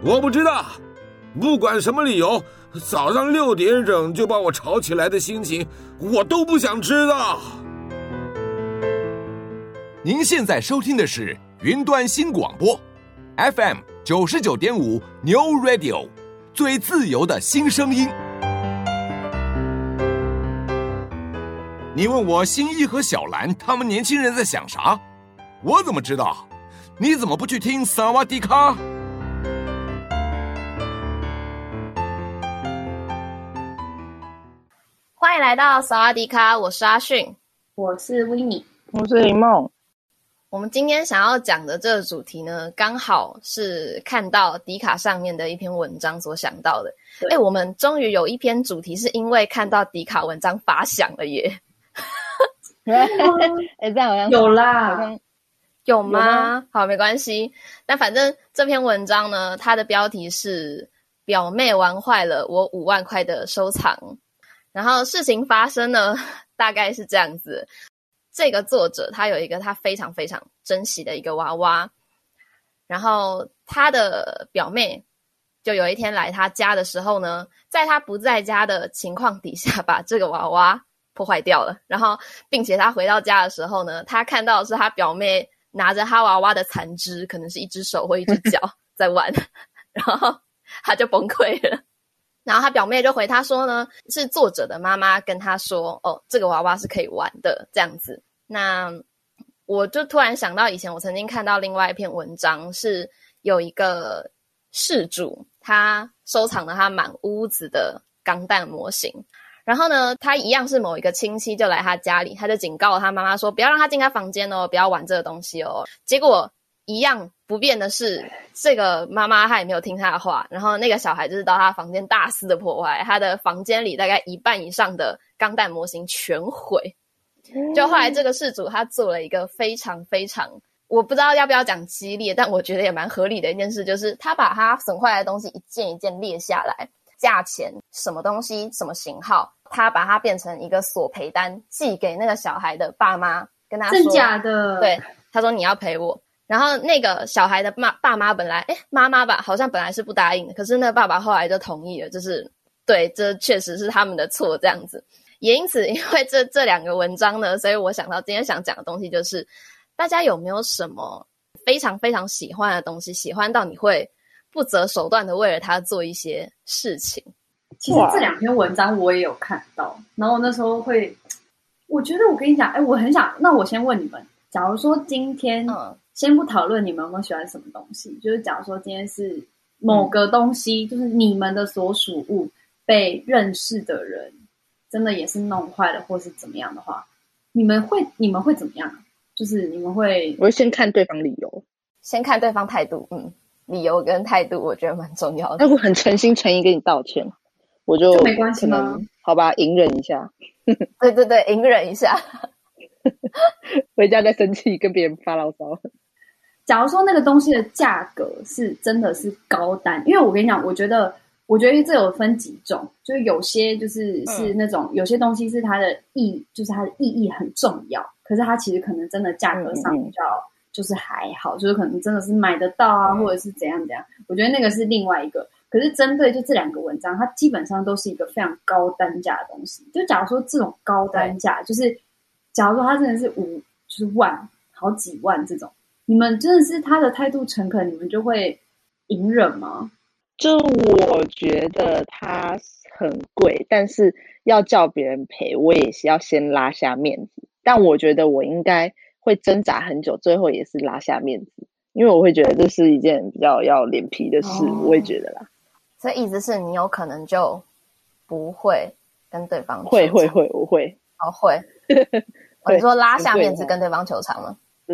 我不知道，不管什么理由，早上6点整就把我吵起来的心情，我都不想知道。 您现在收听的是云端新广播 FM 99.5 New Radio， 最自由的新声音。你问我新一和小兰他们年轻人在想啥，我怎么知道？你怎么不去听萨瓦迪卡？ 欢迎来到萨瓦迪卡，我是阿迅， 我是维尼， 我是林梦。 我们今天想要讲的这个主题呢，刚好是看到迪卡上面的一篇文章所想到的。我们终于有一篇主题是因为看到迪卡文章发想了耶。 这样好像有啦， 有吗？好，没关系。但反正这篇文章呢，它的标题是表妹玩坏了我5万块的收藏。然后事情发生呢，大概是这样子。这个作者他有一个他非常非常珍惜的一个娃娃，然后他的表妹就有一天来他家的时候呢，在他不在家的情况底下把这个娃娃破坏掉了，然后并且他回到家的时候呢，他看到的是他表妹拿着他娃娃的残肢，可能是一只手或一只脚在玩，然后他就崩溃了。然后他表妹就回他说呢，是作者的妈妈跟他说，这个娃娃是可以玩的这样子。那我就突然想到以前我曾经看到另外一篇文章，是有一个事主他收藏了他满屋子的钢弹模型，然后呢他一样是某一个亲戚就来他家里，他就警告他妈妈说不要让他进他房间哦，不要玩这个东西哦。结果一样不变的是，这个妈妈她也没有听他的话，然后那个小孩就是到他房间大肆的破坏，他的房间里大概1半以上的钢弹模型全毁。就后来这个事主他做了一个非常非常，我不知道要不要讲激烈，但我觉得也蛮合理的一件事，就是他把他损坏的东西一件一件列下来，价钱什么东西什么型号，他把它变成一个索赔单寄给那个小孩的爸妈，跟他说真假的， 对，他说你要赔我。然后那个小孩的爸妈本来妈妈吧好像本来是不答应的，可是那爸爸后来就同意了，就是对，这确实是他们的错这样子。也因此因为这2个文章呢，所以我想到今天想讲的东西就是，大家有没有什么非常非常喜欢的东西，喜欢到你会不择手段的为了它做一些事情？ 其实这2篇文章我也有看到，然后我那时候我觉得我跟你讲，我很想，那我先问你们，假如说今天先不讨论你们有没有喜欢什么东西，就是假如说今天是某个东西，就是你们的所属物被认识的人真的也是弄坏了或是怎么样的话，你们会怎么样？就是你们会， 我会先看对方理由， 先看对方态度，理由跟态度我觉得蛮重要的。 那我很诚心诚意跟你道歉，我就没关系吗？ 好吧，隐忍一下。 对对对，隐忍一下。 回家再生气跟别人发牢骚。 假如说那个东西的价格是真的是高单，因为我跟你讲，我觉得这有分几种，就是有些是那种有些东西是它的就是它的意义很重要，可是它其实可能真的价格上比较就是还好，就是可能真的是买得到啊，或者是怎样怎样。我觉得那个是另外一个。可是针对就这2个文章，它基本上都是一个非常高单价的东西。就假如说这种高单价，就是假如说它真的是就是万好几万这种，你们真的是他的态度诚恳，你们就会隐忍吗？ 就我觉得它很贵，但是要叫别人赔，我也是要先拉下面子。但我觉得我应该会挣扎很久，最后也是拉下面子，因为我会觉得这是一件比较要脸皮的事，我会觉得啦。 所以意思是你有可能就不会跟对方会我会会你说拉下面子跟对方求偿吗？ 对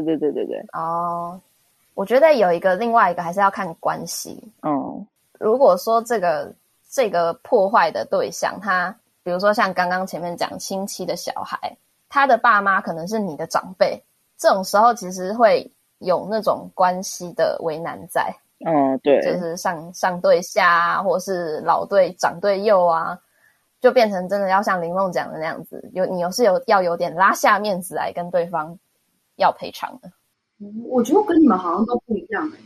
我觉得有另外一个还是要看关系。如果说这个破坏的对象，他比如说像刚刚前面讲亲戚的小孩，他的爸妈可能是你的长辈，这种时候其实会有那种关系的为难在。 对， 就是上对下啊，或是老对长对幼啊，就变成真的要像林梦讲的那样子，你要有点拉下面子来跟对方要赔偿的。 我觉得跟你们好像都不一样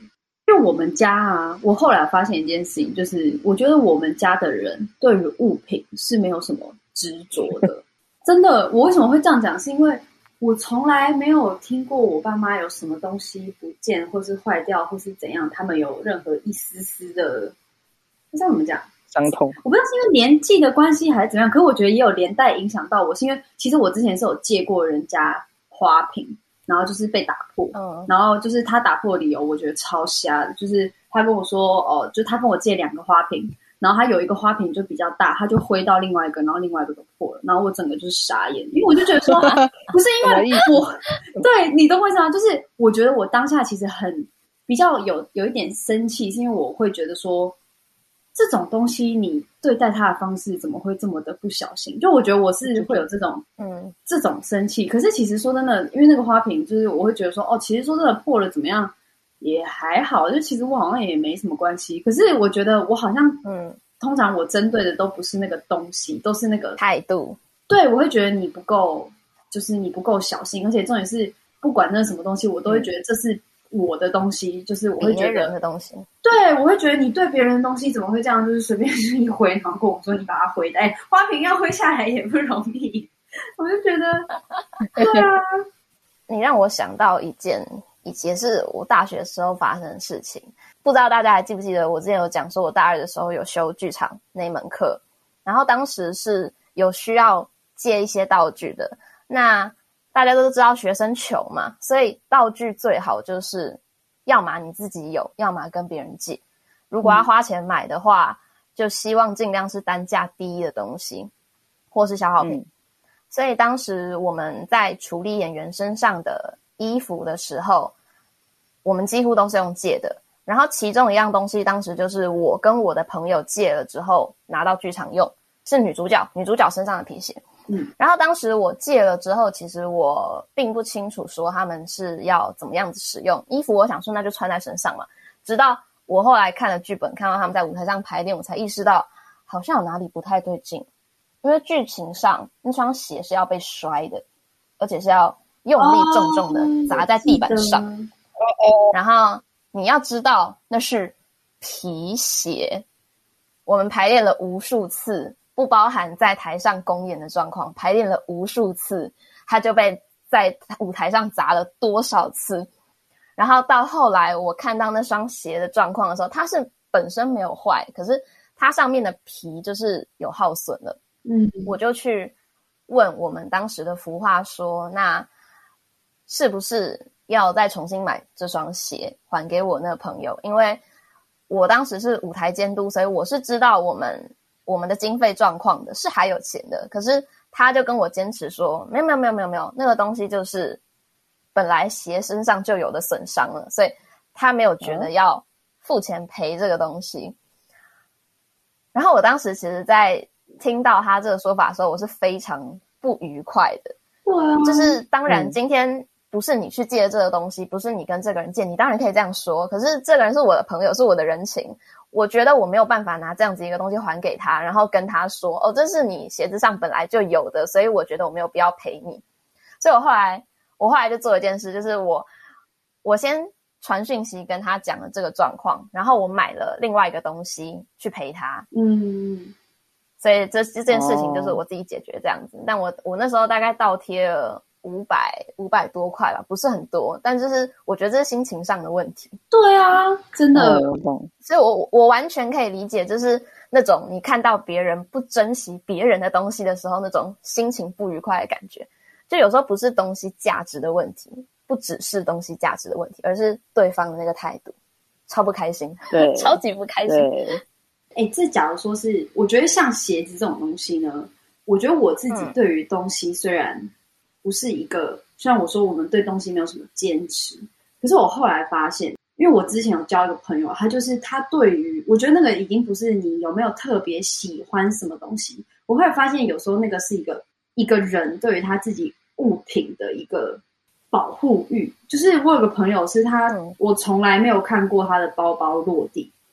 因为我们家啊，我后来发现一件事情，就是我觉得我们家的人对于物品是没有什么执着的。真的，我为什么会这样讲？是因为我从来没有听过我爸妈有什么东西不见，或是坏掉，或是怎样，他们有任何一丝丝的，不知道怎么讲， 伤痛。 我不知道是因为年纪的关系还是怎样，可是我觉得也有连带影响到我，是因为其实我之前是有借过人家花瓶，然后就是被打破，然后就是他打破的理由我觉得超瞎的，就是他跟我说就他跟我借2个花瓶，然后他有一个花瓶就比较大，他就挥到另外一个，然后另外一个都破了，然后我整个就是傻眼，因为我就觉得说不是因为我对你懂我意思吗？就是我觉得我当下其实很比较有一点生气，是因为我会觉得说这种东西你对待它的方式怎么会这么的不小心？就我觉得我是会有这种生气。可是其实说真的，因为那个花瓶就是我会觉得说其实说真的破了怎么样也还好，就其实我好像也没什么关系。可是我觉得我好像通常我针对的都不是那个东西，都是那个态度。对， 我会觉得你不够，就是你不够小心，而且重点是不管那是什么东西，我都会觉得这是我的东西，就是我会觉得别人的东西。对， 我会觉得你对别人的东西怎么会这样，就是随便一挥，然后跟我说你把它挥的，花瓶要挥下来也不容易。我就觉得对啊。 你让我想到一件以前是我大学的时候发生的事情，不知道大家还记不记得我之前有讲说我大2的时候有修剧场那一门课，然后当时是有需要借一些道具的。那大家都知道学生穷嘛，所以道具最好就是要么你自己有，要么跟别人借。如果要花钱买的话，就希望尽量是单价低的东西或是消耗品。所以当时我们在处理演员身上的衣服的时候，我们几乎都是用借的。然后其中一样东西当时就是我跟我的朋友借了之后拿到剧场用，是女主角身上的皮鞋。然后当时我借了之后，其实我并不清楚说他们是要怎么样子使用衣服，我想说那就穿在身上嘛。直到我后来看了剧本，看到他们在舞台上排练，我才意识到好像有哪里不太对劲。因为剧情上那双鞋是要被摔的，而且是要用力重重的砸在地板上。然后你要知道那是皮鞋，我们排练了无数次，不包含在台上公演的状况，排练了无数次，他就被在舞台上砸了多少次。然后到后来我看到那双鞋的状况的时候，它是本身没有坏，可是它上面的皮就是有耗损了。我就去问我们当时的服化说，那是不是要再重新买这双鞋还给我那个朋友？因为我当时是舞台监督，所以我是知道我们的经费状况的，是还有钱的。可是他就跟我坚持说，没有，那个东西就是本来鞋身上就有的损伤了，所以他没有觉得要付钱赔这个东西。然后我当时其实在听到他这个说法的时候，我是非常不愉快的。对啊，就是当然今天不是你去借这个东西，不是你跟这个人借，你当然可以这样说，可是这个人是我的朋友，是我的人情，我觉得我没有办法拿这样子一个东西还给他，然后跟他说这是你鞋子上本来就有的，所以我觉得我没有必要赔你。所以我后来就做一件事，就是我先传讯息跟他讲了这个状况，然后我买了另外一个东西去赔他。所以这件事情就是我自己解决这样子。但我那时候大概倒贴了500多块吧，不是很多，但就是我觉得这是心情上的问题。 对啊，真的。 所以我完全可以理解，就是那种你看到别人不珍惜别人的东西的时候，那种心情不愉快的感觉。就有时候不是东西价值的问题，不只是东西价值的问题，而是对方的那个态度，超不开心。对，超级不开心。 这假如说是，我觉得像鞋子这种东西呢，我觉得我自己对于东西虽然不是一个，虽然我说我们对东西没有什么坚持，可是我后来发现，因为我之前有交一个朋友，他对于，我觉得那个已经不是你有没有特别喜欢什么东西，我会发现有时候那个是一个人对于他自己物品的一个保护欲。就是我有个朋友是我从来没有看过他的包包落地。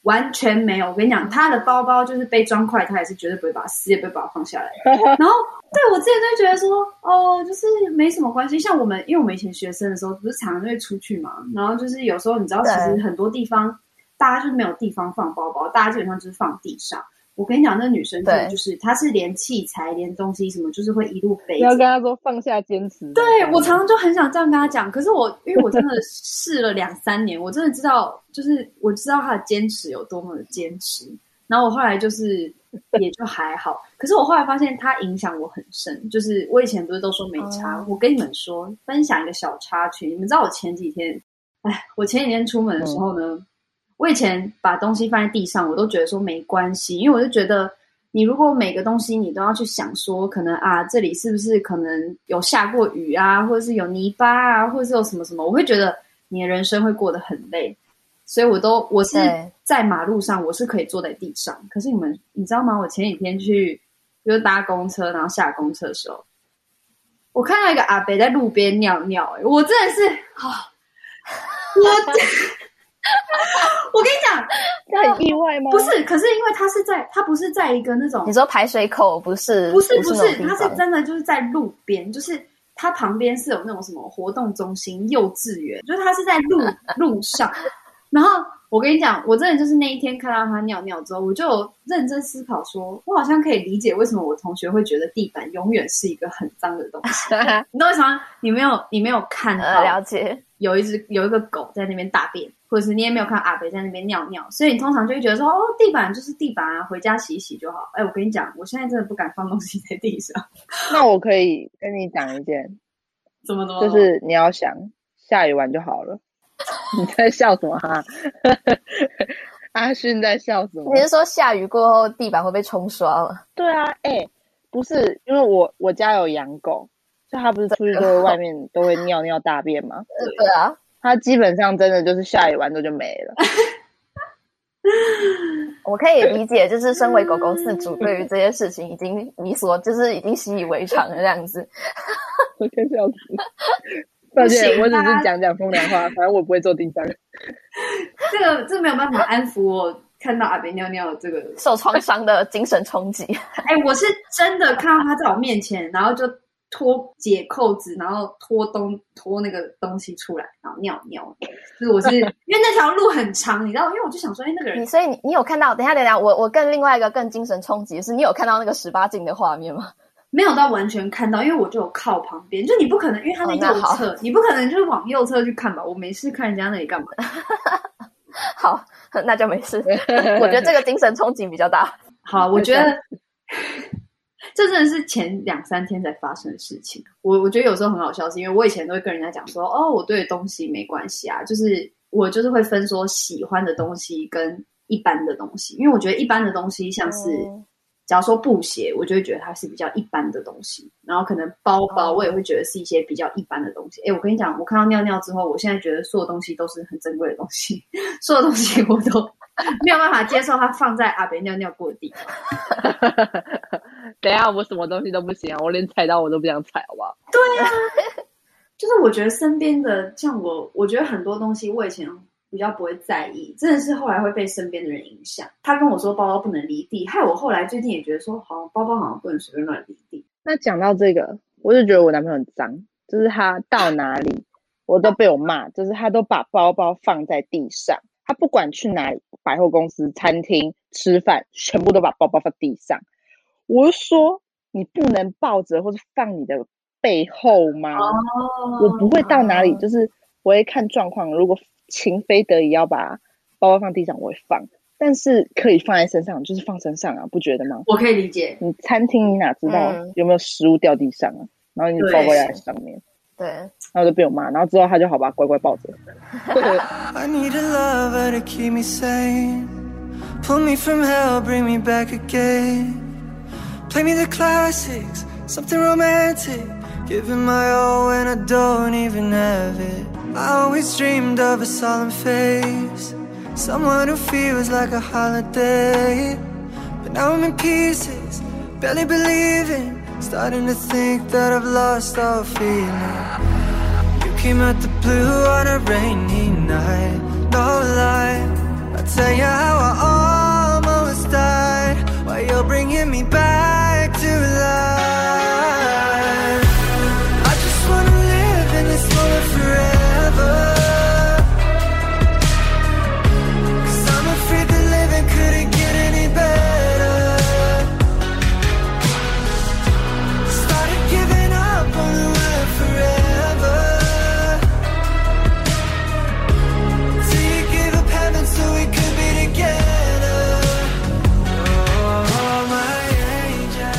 完全没有。我跟你讲，他的包包就是被装块，他也是绝对不会把它撕，也不会把它放下来。然后对我之前就觉得说，哦，就是没什么关系。像我们，因为我们以前学生的时候，不是常常会出去嘛，然后就是有时候你知道，其实很多地方大家就是没有地方放包包，大家基本上就是放地上。我跟你讲，那女生就是她是连器材、连东西什么，就是会一路背着。 你要跟她说放下坚持。 对，我常常就很想这样跟她讲，可是因为我真的试了2-3年，我真的知道，就是我知道她的坚持有多么的坚持。然后我后来就是也就还好，可是我后来发现她影响我很深。就是我以前不是都说没差，我跟你们说，分享一个小插曲，你们知道我前几天出门的时候呢。我以前把东西放在地上，我都觉得说没关系，因为我就觉得你如果每个东西你都要去想说，可能这里是不是可能有下过雨啊，或者是有泥巴啊，或者是有什么什么，我会觉得你的人生会过得很累。所以我是在马路上，我是可以坐在地上。可是你知道吗？我前几天去就是搭公车，然后下公车的时候，我看到一个阿伯在路边尿尿，我真的是我跟你讲， 这很意外吗？ 不是，可是因为他不是在一个那种， 你说排水口不是， 他是真的就是在路边，就是他旁边是有那种什么活动中心、幼稚园，就是他是在路上。然后我跟你讲，我真的就是那一天看到他尿尿之后，我就有认真思考说，我好像可以理解为什么我同学会觉得地板永远是一个很脏的东西。你知道为什么？你没有看到？ 了解。 有一个狗在那边大便，或者是你也没有看阿北在那边尿尿，所以你通常就会觉得说，哦，地板就是地板啊，回家洗一洗就好。我跟你讲，我现在真的不敢放东西在地上。 那我可以跟你讲一件， 怎么就是你要想下雨完就好了。你在笑什么哈？阿勋在笑什么？ 你是说下雨过后地板会被冲刷吗？ 对啊，不是，因为我家有养狗。所以他不是出去都会外面都会尿尿大便吗？ 对啊， 他基本上真的就是下雨完之后就没了。 我可以理解，就是身为狗狗饲主，对于这些事情已经就是已经习以为常了这样子。 我快笑死！抱歉，我只是讲风凉话，反正我不会坐地上。 这没有办法安抚我看到阿北尿尿的这个受创伤的精神冲击。 我是真的看到他在我面前，然后就解扣子，然后拖那个东西出来，然后尿尿。就是我是因为那条路很长，你知道，因为我就想说，那个人， 所以你有看到？等一下，我更另外一个更精神冲击的是，你有看到那个18禁的画面吗？ 没有到完全看到，因为我就有靠旁边，就你不可能，因为他在右侧，你不可能就是往右侧去看吧？我没事看人家那里干嘛？ 好，那就没事。我觉得这个精神冲击比较大。 好，我觉得。这真的是前2-3天才发生的事情。我觉得有时候很好笑，是因为我以前都会跟人家讲说，我对的东西没关系啊，就是我就是会分说喜欢的东西跟一般的东西，因为我觉得一般的东西像是，假如说布鞋，我就会觉得它是比较一般的东西，然后可能包包我也会觉得是一些比较一般的东西。我跟你讲，我看到尿尿之后，我现在觉得所有东西都是很珍贵的东西，所有东西我都没有办法接受它放在阿北尿尿过的地方。 等一下，我什么东西都不行啊！我连踩到我都不想踩，好不好？ 对啊，就是我觉得身边的像我觉得很多东西我以前比较不会在意，真的是后来会被身边的人影响。他跟我说包包不能离地，害我后来最近也觉得说，好，包包好像不能随便乱离地。 那讲到这个，我就觉得我男朋友很脏，就是他到哪里我都被我骂，就是他都把包包放在地上，他不管去哪里，百货公司、餐厅吃饭，全部都把包包放地上。我就说你不能抱着或是放你的背后吗？我不会到哪里，就是我会看状况，如果情非得已要把包包放地上我会放，但是可以放在身上就是放身上啊，不觉得吗？ 我可以理解。 你餐厅你哪知道有没有食物掉地上啊，然后你包包在上面， 对， 然后就被我骂，然后之后他就好吧乖乖抱着。 I need a lover to keep me sane, pull me from hell, bring me back again. Play me the classics, something romantic, giving my all when I don't even have it. I always dreamed of a solemn face, someone who feels like a holiday. But now I'm in pieces, barely believing, starting to think that I've lost all feeling. You came out the blue on a rainy night, no lie, I'll tell you how I almost died, while you're bringing me back to life. I just wanna live in this moment forever, 'cause I'm afraid that living couldn't get any better. Started giving up on the word forever, till you gave up heaven so we could be together. Oh, my angel,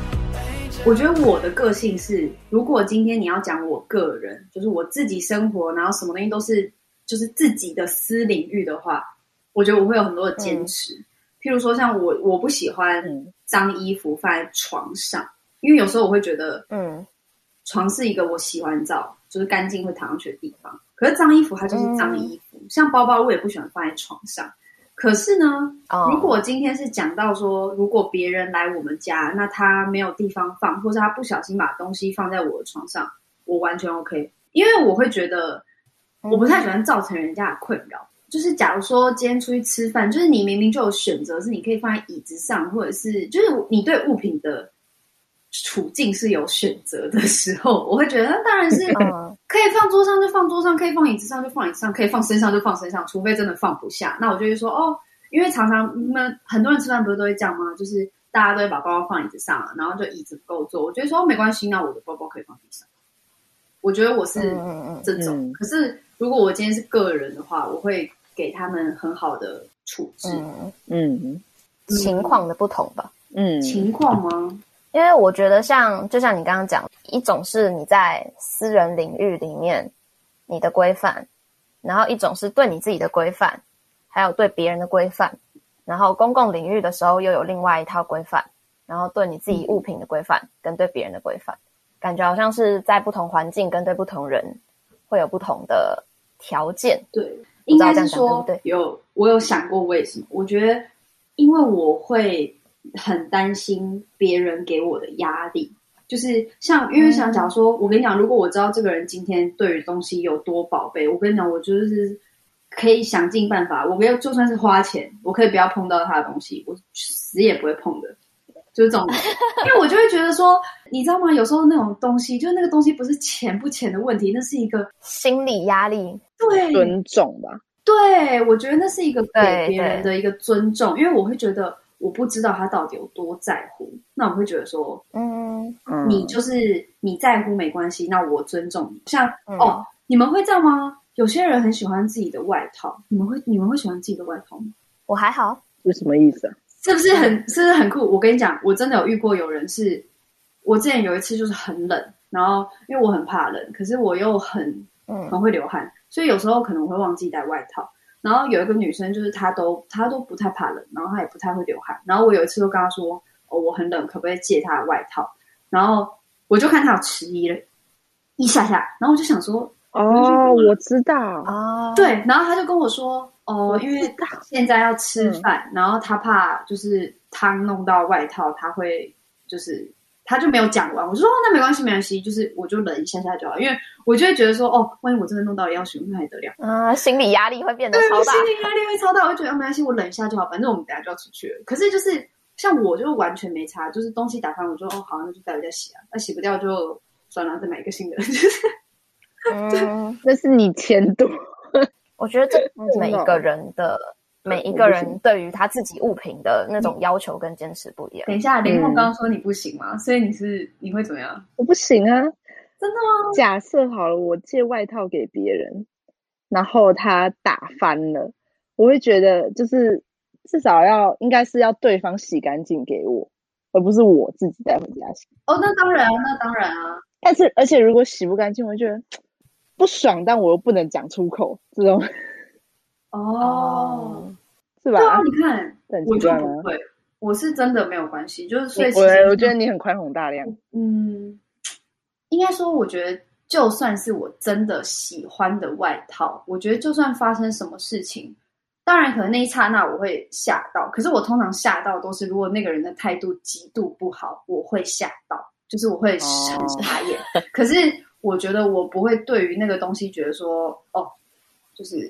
angel. 我觉得我的个性是，如果今天你要讲我个人，就是我自己生活，然后什么东西都是就是自己的私领域的话，我觉得我会有很多的坚持。譬如说，像我不喜欢脏衣服放在床上，因为有时候我会觉得，床是一个我洗完澡就是干净会躺上去的地方，可是脏衣服它就是脏衣服，像包包我也不喜欢放在床上。可是呢，如果今天是讲到说，如果别人来我们家，那他没有地方放，或是他不小心把东西放在我的床上，我完全 OK， 因为我会觉得我不太喜欢造成人家的困扰。就是假如说今天出去吃饭，就是你明明就有选择，是你可以放在椅子上，或者是就是你对物品的处境是有选择的时候，我会觉得那当然是可以放桌上就放桌上，可以放椅子上就放椅子上，可以放身上就放身上，除非真的放不下，那我就会说哦，因为常常很多人吃饭不是都会这样吗？就是大家都会把包包放椅子上，然后就椅子不够坐，我就会说哦没关系，那我的包包可以放地上。我觉得我是这种，可是如果我今天是个人的话，我会给他们很好的处置。 情况的不同吧。 情况吗？ 因为我觉得就像你刚刚讲，一种是你在私人领域里面你的规范，然后一种是对你自己的规范，还有对别人的规范，然后公共领域的时候又有另外一套规范，然后对你自己物品的规范跟对别人的规范，感觉好像是在不同环境跟对不同人会有不同的条件。 对，应该是说对我有想过为什么？我觉得因为我会很担心别人给我的压力，就是因为想假如说，我跟你讲，如果我知道这个人今天对于东西有多宝贝，我跟你讲，我就是可以想尽办法，我就算是花钱，我可以不要碰到他的东西，我死也不会碰的，就是这种。因为我就会觉得说，你知道吗？有时候那种东西，就是那个东西不是钱不钱的问题，那是一个心理压力， 对， 尊重吧。 对，我觉得那是一个给别人的一个尊重，因为我会觉得我不知道他到底有多在乎，那我会觉得说，你就是你在乎没关系，那我尊重你。像你们会这样吗？有些人很喜欢自己的外套，你们会喜欢自己的外套吗？ 我还好。 是什么意思啊？ 是不是很酷？我跟你讲，我真的有遇过有人是，我之前有一次就是很冷，然后因为我很怕冷，可是我又很会流汗，所以有时候可能我会忘记带外套。然后有一个女生就是她都不太怕冷，然后她也不太会流汗。然后我有一次就跟她说，我很冷，可不可以借她的外套？然后我就看她有迟疑了一下下，然后我就想说， 我知道对，然后她就跟我说，因为现在要吃饭，然后她怕就是汤弄到外套，她会就是她就没有讲完。我就说那没关系，就是我就忍一下下就好，因为我就会觉得说万一我真的弄到要求，那还得了？ 心理压力会变得超大， 心理压力会超大。我就觉得没关系，我忍一下就好，反正我们等一下就要出去了。可是就是像我就完全没差，就是东西打翻我就好，那就待会再洗啊，那洗不掉就算了，再买一个新的。就是那是你前度。 我觉得这是每一个人对于他自己物品的那种要求跟坚持不一样。 等一下，林梦刚刚说你不行吗？所以你会怎么样？ 我不行啊。 真的吗？ 假设好了，我借外套给别人，然后他打翻了，我会觉得就是至少应该是要对方洗干净给我，而不是我自己带回家洗。 那当然啊。 但是而且如果洗不干净，我就觉得不爽，但我又不能讲出口，这种是吧？ 对啊，你看，我就不会，我是真的没有关系，就是所以我觉得你很宽宏大量。 应该说，我觉得就算是我真的喜欢的外套，我觉得就算发生什么事情，当然可能那一刹那我会吓到，可是我通常吓到都是如果那个人的态度极度不好，我会吓到，就是我会很傻眼。可是我觉得我不会对于那个东西觉得说就是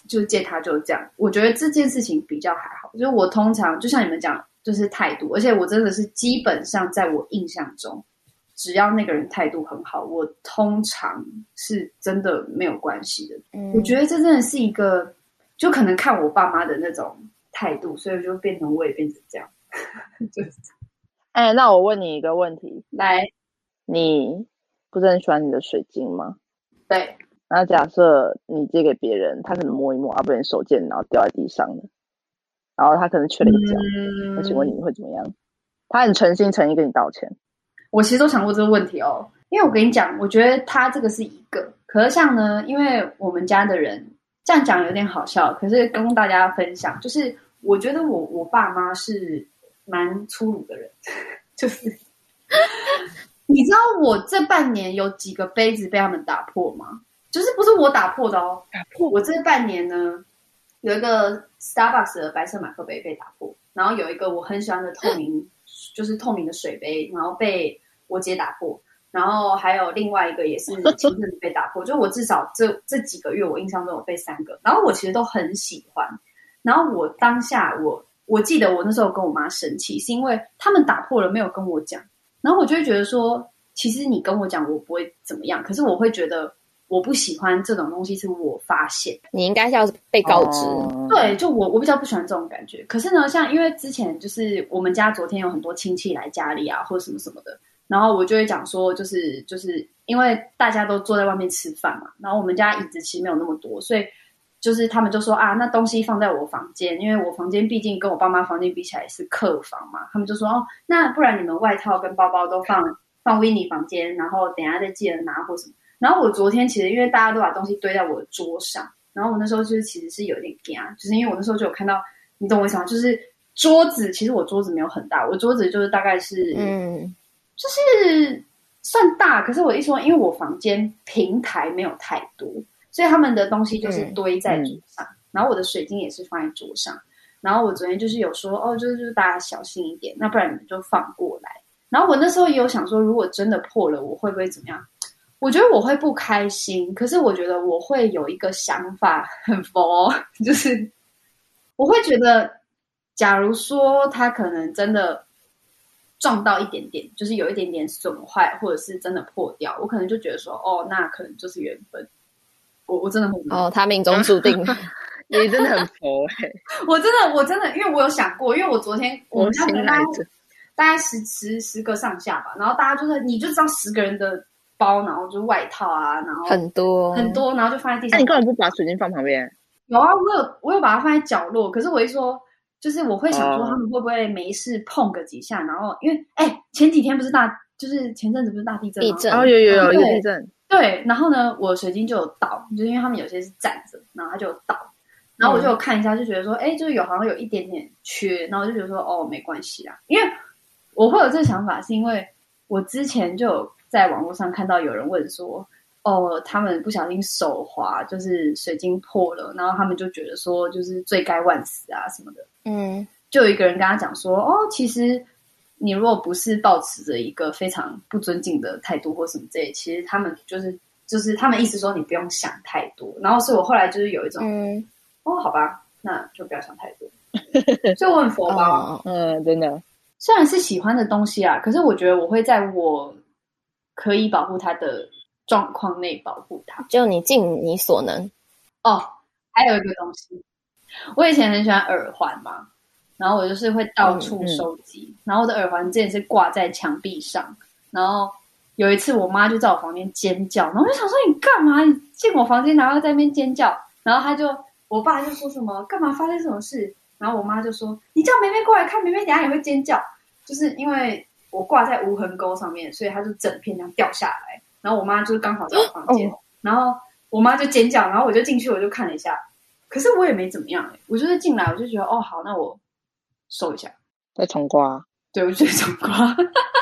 就是见他就这样。我觉得这件事情比较还好，就是我通常就像你们讲，就是态度，而且我真的是基本上在我印象中，只要那个人态度很好，我通常是真的没有关系的。我觉得这真的是一个，就可能看我爸妈的那种态度，所以就变成我也变成这样。就是那我问你一个问题， 来， 你不是很喜欢你的水晶吗？ 对， 那假设你借给别人，他可能摸一摸，不然手贱，然后掉在地上了，然后他可能缺了一个角，那请问你会怎么样？他很诚心诚意跟你道歉。 我其实都想过这个问题哦，因为我跟你讲，我觉得他这个是一个，可是像呢，因为我们家的人这样讲有点好笑，可是跟大家分享，就是我觉得我爸妈是蛮粗鲁的人，就是你知道我这半年有几个杯子被他们打破吗？就是不是我打破的哦， 打破。 我这半年呢，有一个 Starbucks 的白色马克杯被打破，然后有一个我很喜欢的就是透明的水杯，然后被我姐打破，然后还有另外一个也是前阵子被打破，就我至少这几个月我印象中有被3个，然后我其实都很喜欢，然后我当下我记得我那时候跟我妈生气，是因为他们打破了没有跟我讲，然后我就会觉得说，其实你跟我讲我不会怎么样，可是我会觉得我不喜欢这种东西是我发现， 你应该是要被告知。 对，就我比较不喜欢这种感觉。可是呢，像因为之前就是我们家昨天有很多亲戚来家里啊，或者什么什么的，然后我就会讲说，就是因为大家都坐在外面吃饭嘛，然后我们家椅子其实没有那么多，所以就是他们就说啊，那东西放在我房间，因为我房间毕竟跟我爸妈房间比起来是客房嘛，他们就说哦，那不然你们外套跟包包都放Winnie 房间，然后等一下再记得拿或什么。然后我昨天其实因为大家都把东西堆在我的桌上，然后我那时候就是其实是有点惊，就是因为我那时候就有看到，你懂我意思吗？就是桌子，其实我桌子没有很大，我桌子就是大概是就是算大，可是我一说，因为我房间平台没有太多，所以他们的东西就是堆在桌上，然后我的水晶也是放在桌上，然后我昨天就是有说哦，就是大家小心一点，那不然你们就放过来。然后我那时候也有想说，如果真的破了，我会不会怎么样？我觉得我会不开心，可是我觉得我会有一个想法，很佛，就是我会觉得，假如说他可能真的撞到一点点，就是有一点点损坏，或者是真的破掉，我可能就觉得说，哦，那可能就是缘分。我真的会他命中注定。 你真的很佛我真的，因为我有想过，因为我昨天我们家大概10个上下吧，然后大家就是你就知道10个人的包，然后就是外套啊，然后很多， 然后就放在地上。 那你根本不把水晶放旁边？ 有啊，我有把它放在角落，可是我一说，就是我会想说他们会不会没事碰个几下，然后因为前几天不是就是前阵子不是大地震吗？ 地震， 有一个地震。 对，然后呢，我水晶就有倒，就是因为他们有些是站着，然后它就有倒，然后我就有看一下，就觉得说，就是好像有一点点缺，然后我就觉得说，哦，没关系啦，因为我会有这个想法，是因为我之前就有在网络上看到有人问说，哦，他们不小心手滑，就是水晶破了，然后他们就觉得说，就是罪该万死啊什么的，就有一个人跟他讲说，哦，其实你如果不是抱持着一个非常不尊敬的态度或什么之类，其实他们就是他们意思说你不用想太多，然后所以我后来就是有一种，哦，好吧，那就不要想太多，所以我很佛吧， 真的。 虽然是喜欢的东西啊，可是我觉得我会在我可以保护它的状况内保护它， 就你尽你所能。 哦，还有一个东西，我以前很喜欢耳环嘛，然后我就是会到处收集，然后我的耳环之前是挂在墙壁上，然后有一次我妈就在我房间尖叫，然后我就想说你干嘛？你进我房间然后在那边尖叫，然后我爸就说什么干嘛发生什么事？然后我妈就说你叫妹妹过来看，妹妹等一下也会尖叫，就是因为我挂在无痕钩上面，所以它就整片这样掉下来，然后我妈就是刚好在我房间，然后我妈就尖叫，然后我就进去我就看了一下，可是我也没怎么样我就是进来我就觉得哦好，那我收一下， 再重刮。 对，我就重刮。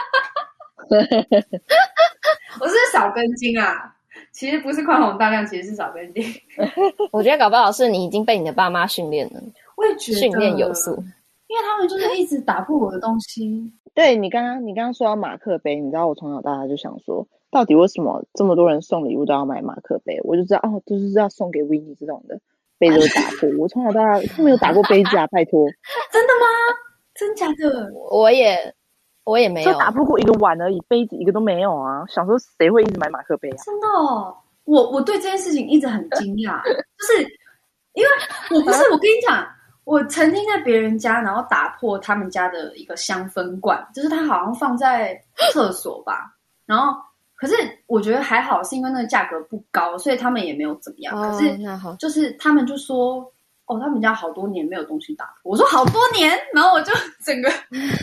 我是少根筋啊，其实不是宽宏大量，其实是少根筋。 我觉得搞不好是你已经被你的爸妈训练了， 我也觉得训练有素， 因为他们就是一直打破我的东西。 对，你刚刚说到马克杯，你知道我从小到大就想说，到底为什么这么多人送礼物都要买马克杯？我就知道哦，就是要送给 Winnie 这种的， 杯子都打破。我从小到大都没有打过杯子啊，拜托。 真的吗？真假的？ 我也没有就打破过一个碗而已，杯子一个都没有啊。想说谁会一直买马克杯啊？ 真的哦，我对这件事情一直很惊讶，就是因为我跟你讲，我曾经在别人家，然后打破他们家的一个香氛罐，就是它好像放在厕所吧，然后可是我觉得还好，是因为那个价格不高，所以他们也没有怎么样。可是那好， 就是他们就说。哦，他们家好多年没有东西打破，我说好多年，然后我就整个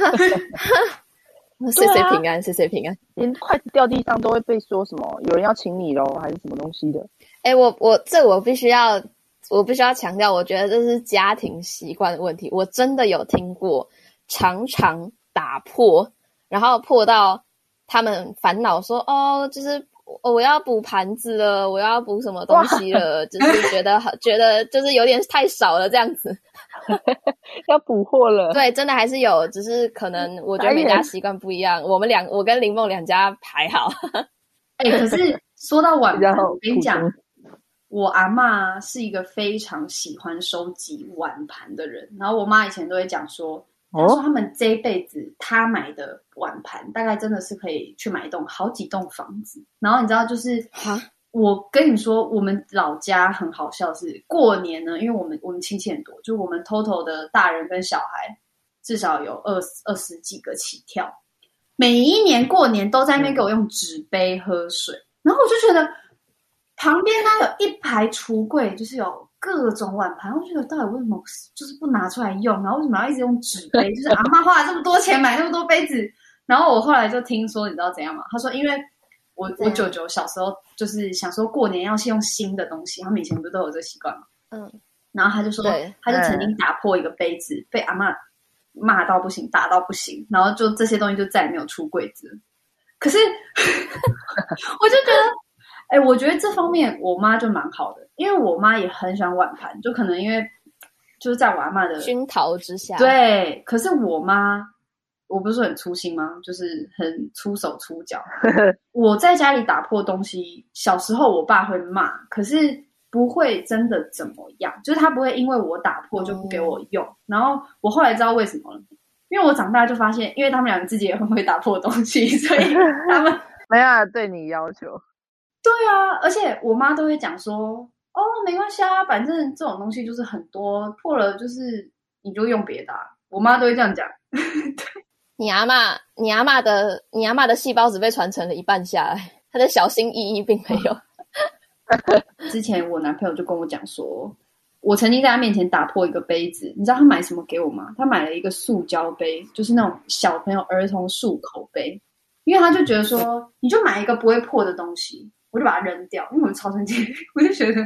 谢谢平安，谢谢平安。 连筷子掉地上都会被说什么有人要请你咯，还是什么东西的。 我必须要强调，我觉得这是家庭习惯的问题。我真的有听过常常打破，然后破到他们烦恼说就是我要补盘子了，我要补什么东西了，就是觉得就是有点太少了这样子。 要补货了。 对，真的还是有，只是可能我觉得每家习惯不一样。我跟林梦两家排好。 可是说到碗盘，我跟你讲，我阿嬷是一个非常喜欢收集碗盘的人，然后我妈以前都会讲说。他说他们这一辈子他买的碗盘大概真的是可以去买好几栋房子。然后你知道就是我跟你说我们老家很好笑是过年呢，因为我们亲戚很多，就我们 total 的大人跟小孩至少有20几个起跳，每一年过年都在那边给我用纸杯喝水。然后我就觉得旁边呢有一排橱柜，就是有各种碗盘，我觉得到底为什么就是不拿出来用，然后为什么要一直用纸杯？就是阿嬷花了这么多钱买那么多杯子。然后我后来就听说，你知道怎样吗？他说，因为我舅舅小时候就是想说过年要是用新的东西，他们以前不是都有这个习惯吗？然后他就说，他就曾经打破一个杯子，被阿嬷骂到不行，打到不行，然后就这些东西就再也没有出柜子了。可是我就觉得。我觉得这方面我妈就蛮好的，因为我妈也很喜欢碗盘，就可能因为就是在我阿嬷的熏陶之下。 对，可是我妈，我不是说很粗心吗？就是很粗手粗脚。我在家里打破东西，小时候我爸会骂，可是不会真的怎么样，就是他不会因为我打破就不给我用。然后我后来知道为什么了，因为我长大就发现，因为他们两个自己也很会打破东西，所以他们没办法对你要求。 对啊，而且我妈都会讲说，没关系啊，反正这种东西就是很多破了，就是你就用别的啊。我妈都会这样讲。 你阿嬷的细胞只被传承了一半下来，她的小心翼翼并没有。 之前我男朋友就跟我讲说，我曾经在他面前打破一个杯子，你知道他买什么给我吗？他买了一个塑胶杯，就是那种小朋友儿童漱口杯，因为他就觉得说，你就买一个不会破的东西。我就把它扔掉，因为我超生气，我就觉得，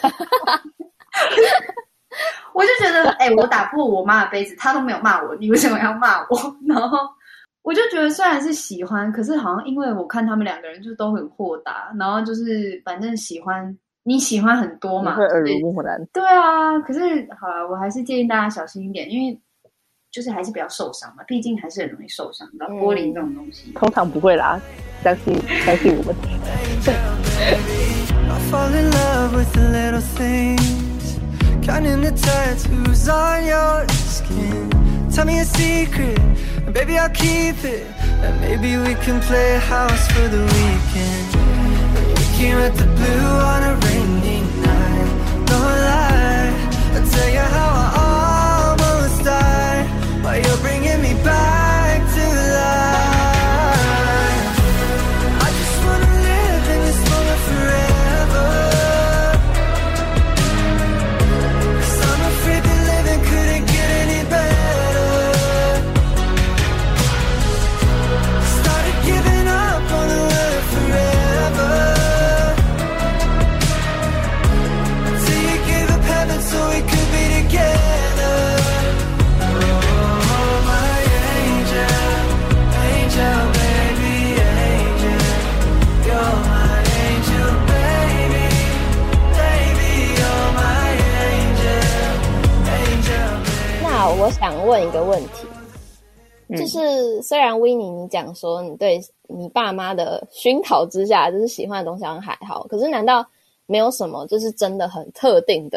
我打破我妈的杯子，她都没有骂我，你为什么要骂我？然后我就觉得虽然是喜欢，可是好像因为我看他们两个人就都很豁达，然后就是反正你喜欢很多嘛， 会耳濡目染。 对啊，可是好啦，我还是建议大家小心一点，因为就是还是不要受伤嘛，毕竟还是很容易受伤的。玻璃这种东西， 通常不会啦，相信我们。 I fall in love with the little things, counting the tattoos on your skin. Tell me a secret, and baby I'll keep it. And maybe we can play house for the weekend. We can rent the blue on a rainy night. No lie, I'll tell you how I almost died while you're bringing me back to life. I just wanna live in this moment forever, 'cause I'm afraid that living couldn't get any better. Started giving up on the word forever, till you gave up heaven so we could be together. Oh, my angel, angel, baby, angel. You're my angel, baby, baby, you're my angel, angel, baby. 那我想问一个问题，就是虽然维尼你讲说你对你爸妈的熏陶之下，就是喜欢的东西好像还好，可是难道没有什么就是真的很特定的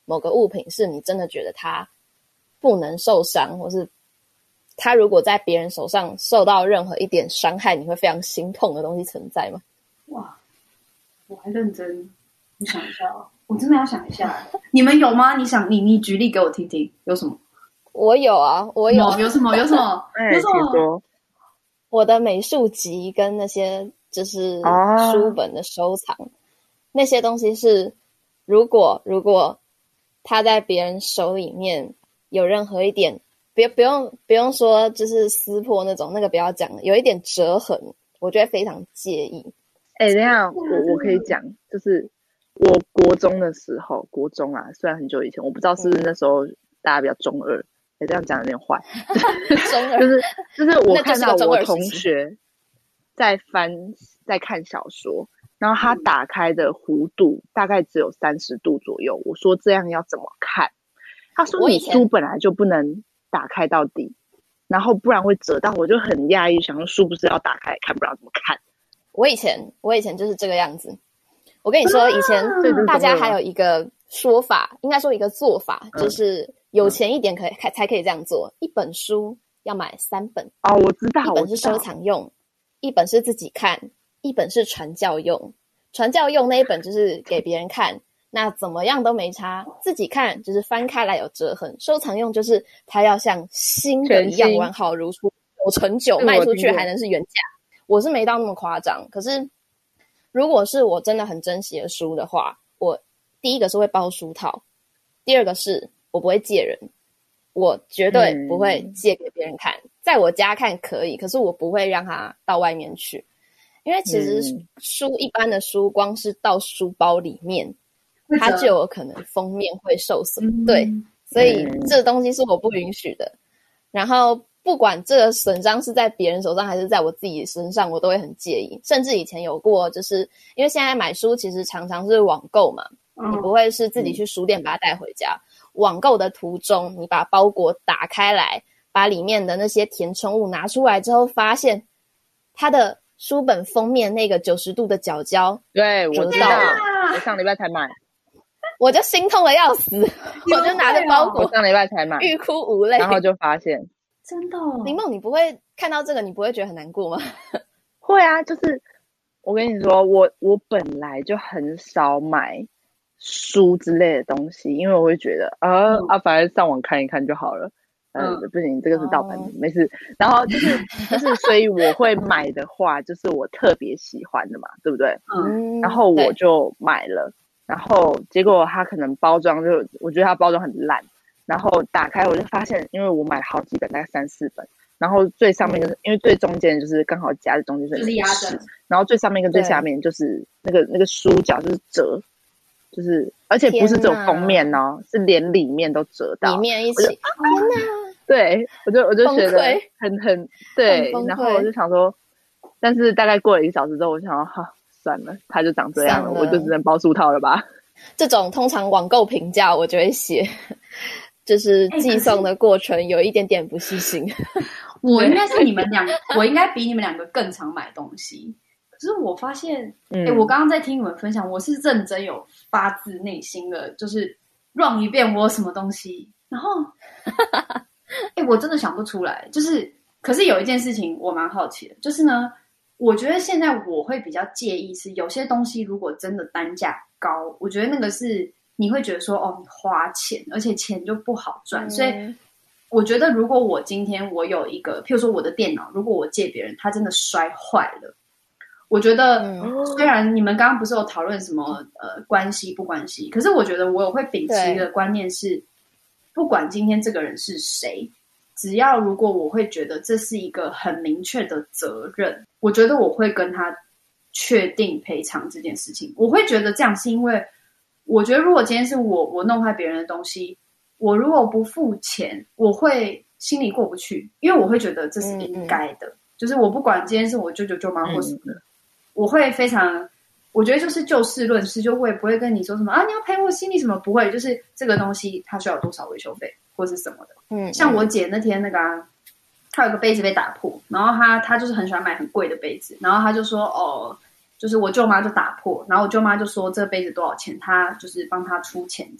某个物品是你真的觉得它不能受伤，或是它如果在别人手上受到任何一点伤害，你会非常心痛的东西存在吗？ 哇，我还认真，我想一下哦，我真的要想一下，你们有吗？你举例给我听听，有什么？ 我有啊，我有， 有什么？有什么？有什么？ 请说。 我的美术集跟那些就是书本的收藏，那些东西是如果它在别人手里面有任何一点，不用说就是撕破那种，那个不要讲了，有一点折痕，我就会非常介意。 等一下，我可以讲，就是我国中的时候，国中啊，虽然很久以前，我不知道是不是那时候大家比较中二，这样讲有点坏， 中二就是我看到我同学在看小说，然后他打开的弧度大概只有30度左右，我说这样要怎么看？他说你书本来就不能打开到底，然后不然会折到，我就很讶异，想说书不是要打开来看，不然怎么看？ 我以前就是这个样子。我跟你说，以前大家还有一个说法，应该说一个做法，就是有钱一点才可以这样做。一本书要买3本哦，我知道， 一本是收藏用，一本是自己看，一本是传教用。传教用那一本就是给别人看，那怎么样都没差。自己看就是翻开来有折痕，收藏用就是它要像新的一样完好如初，9成9卖出去还能是原价。我是没到那么夸张，可是如果是我真的很珍惜的书的话，我第一个是会包书套，第二个是我不会借人，我绝对不会借给别人看，在我家看可以，可是我不会让他到外面去，因为其实书一般的书光是到书包里面，它就有可能封面会受损，对，所以这东西是我不允许的。然后不管这个损伤是在别人手上还是在我自己身上，我都会很介意。甚至以前有过，就是因为现在买书其实常常是网购嘛，你不会是自己去书店把它带回家。网购的途中，你把包裹打开来，把里面的那些填充物拿出来之后，发现它的书本封面那个90度的角胶， 对，我知道，我上礼拜才买， 我就心痛的要死，我就拿着包裹， 我上礼拜才买， 欲哭无泪， 然后就发现。 真的， 林梦，你不会看到这个，你不会觉得很难过吗？ 会啊，就是我跟你说，我本来就很少买书之类的东西，因为我会觉得反正上网看一看就好了。不行，这个是盗版的，没事。然后就是，所以我会买的话，就是我特别喜欢的嘛，对不对？然后我就买了，然后结果它可能包装我觉得它包装很烂。然后打开我就发现，因为我买了好几本，大概3-4本，然后最上面因为最中间就是刚好夹在中间， 就是压着， 然后最上面跟最下面就是那个书角就是折，就是而且不是只有封面哦，是连里面都折到， 里面一起，天哪！ 对，我就觉得很对，然后我就想说，但是大概过了1小时之后，我想说算了，它就长这样了，我就只能包书套了吧。 这种通常网购评价我就会写。就是寄送的过程有一点点不细心。 我应该是我应该比你们两个更常买东西。可是我发现，我刚刚在听你们分享，我是认真有发自内心的，就是 run 一遍我有什么东西，然后，我真的想不出来。就是，可是有一件事情我蛮好奇的，就是呢，我觉得现在我会比较介意是有些东西如果真的单价高，我觉得那个是。你会觉得说你花钱，而且钱就不好赚，所以我觉得如果我今天我有一个，譬如说我的电脑，如果我借别人，他真的摔坏了，我觉得虽然你们刚刚不是有讨论什么关系不关系，可是我觉得我会秉持一个观念是，不管今天这个人是谁，只要如果我会觉得这是一个很明确的责任，我觉得我会跟他确定赔偿这件事情。我会觉得这样是因为。我觉得如果今天是我弄坏别人的东西，我如果不付钱，我会心里过不去，因为我会觉得这是应该的。就是我不管今天是我舅舅舅妈或什么的，我会非常，我觉得就是就事论事，就我也不会跟你说什么你要赔我心里什么，不会，就是这个东西它需要多少维修费或是什么的。像我姐那天那个她有个杯子被打破，然后她就是很喜欢买很贵的杯子，然后她就说就是我舅妈就打破，然后我舅妈就说这个杯子多少钱，她就是帮她出钱这样。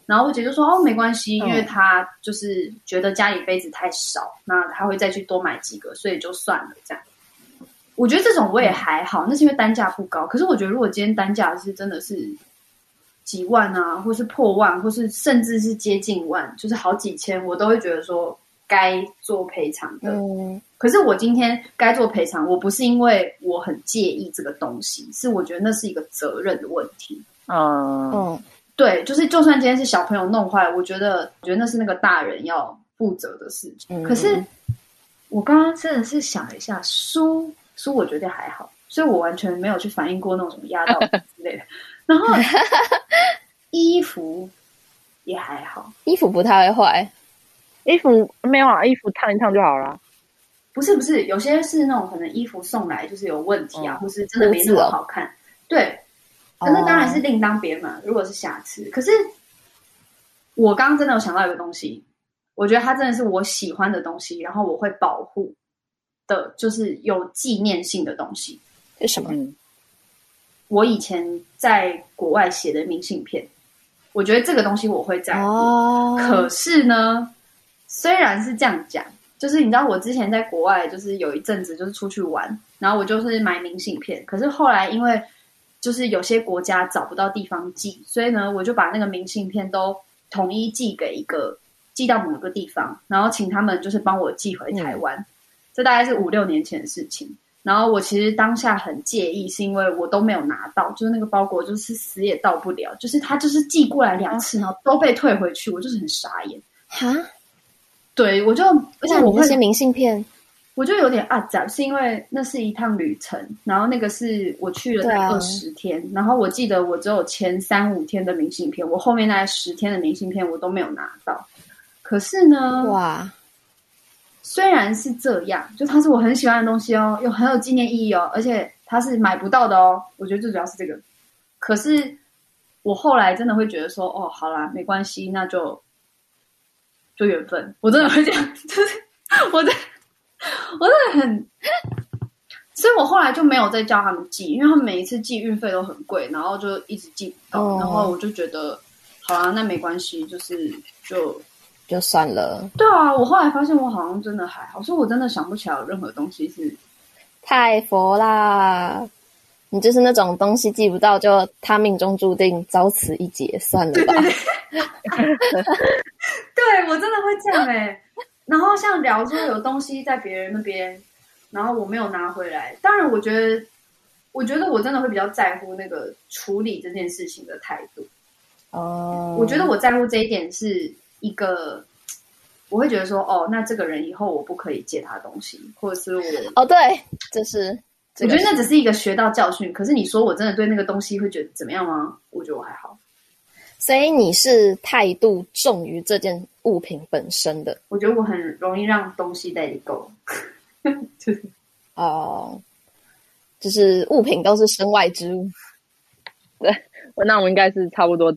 然后我姐就说哦没关系，因为她就是觉得家里杯子太少，那她会再去多买几个，所以就算了这样。我觉得这种我也还好，那是因为单价不高。可是我觉得如果今天单价是真的是几万啊，或是破万，或是甚至是接近万，就是好几千，我都会觉得说该做赔偿的。可是我今天该做赔偿，我不是因为我很介意这个东西，是我觉得那是一个责任的问题。对，就是就算今天是小朋友弄坏，我觉得那是那个大人要负责的事情。可是我刚刚真的是想了一下，书我觉得还好，所以我完全没有去反映过那种什么压到之类的。然后衣服也还好， 衣服不太会坏， 衣服没有啊，衣服烫一烫就好了。 不是，有些是那种可能衣服送来就是有问题啊，或是真的没那么好看。对，那当然是另当别论。如果是瑕疵，可是我刚刚真的有想到一个东西，我觉得它真的是我喜欢的东西，然后我会保护的，就是有纪念性的东西。 是什么？ 我以前在国外写的明信片，我觉得这个东西我会在乎。可是呢，虽然是这样讲，就是你知道我之前在国外就是有一阵子就是出去玩，然后我就是买明信片，可是后来因为就是有些国家找不到地方寄，所以呢我就把那个明信片都统一寄到某个地方，然后请他们就是帮我寄回台湾。这大概是5-6年前的事情。然后我其实当下很介意，是因为我都没有拿到，就是那个包裹就是死也到不了，就是他就是寄过来2次，然后都被退回去，我就是很傻眼。哈？对，而且我那些明信片， 我就有点杂，是因为那是一趟旅程，然后那个是我去了20天，然后我记得我只有前3-5天的明信片，我后面大概10天的明信片我都没有拿到。可是呢， 哇， 虽然是这样，就它是我很喜欢的东西哦，又很有纪念意义哦，而且它是买不到的哦，我觉得最主要是这个。可是我后来真的会觉得说，哦，好啦，没关系，那就缘分。我真的会这样，就是我真的很，所以我后来就没有再叫他们寄，因为他们每一次寄运费都很贵，然后就一直寄不到，然后我就觉得，好啦，那没关系，就算了。对啊，我后来发现我好像真的还好，所以我真的想不起来有任何东西是太佛啦。你就是那种东西寄不到，就他命中注定遭此一劫，算了吧。 对，我真的会这样然后像聊说有东西在别人那边，然后我没有拿回来，当然我觉得我真的会比较在乎那个处理这件事情的态度。我觉得我在乎这一点是一个，我会觉得说，哦，那这个人以后我不可以借他东西，或者是我对，就是我觉得那只是一个学到教训。可是你说我真的对那个东西会觉得怎么样吗？我觉得我还好。 所以你是态度重于这件物品本身的。 我觉得我很容易让东西 let it go 就是物品都是身外之物。 对，那我应该是差不多的。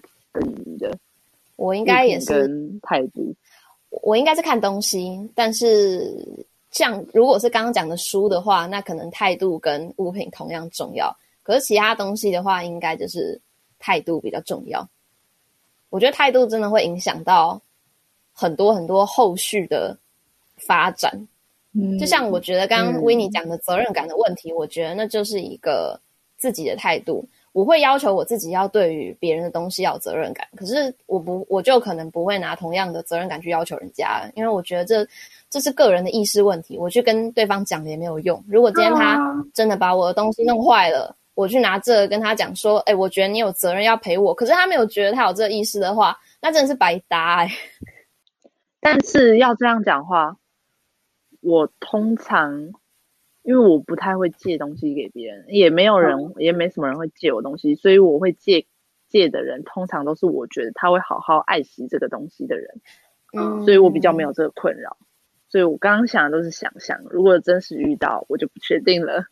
我应该也是跟态度， 我应该是看东西，但是像如果是刚刚讲的书的话，那可能态度跟物品同样重要。可是其他东西的话，应该就是态度比较重要。我觉得态度真的会影响到很多很多后续的发展。就像我觉得刚刚Winnie讲的责任感的问题，我觉得那就是一个自己的态度。我会要求我自己要对于别人的东西要有责任感，可是我就可能不会拿同样的责任感去要求人家，因为我觉得这是个人的意识问题，我去跟对方讲也没有用。如果今天他真的把我的东西弄坏了，我去拿这个跟他讲说，我觉得你有责任要赔我，可是他没有觉得他有这个意识的话，那真的是白搭但是要这样讲话，我通常因为我不太会借东西给别人，也没什么人会借我东西，所以我会借的人通常都是我觉得他会好好爱惜这个东西的人。所以我比较没有这个困扰。所以我刚刚想的都是想象，如果真实遇到我就不确定了。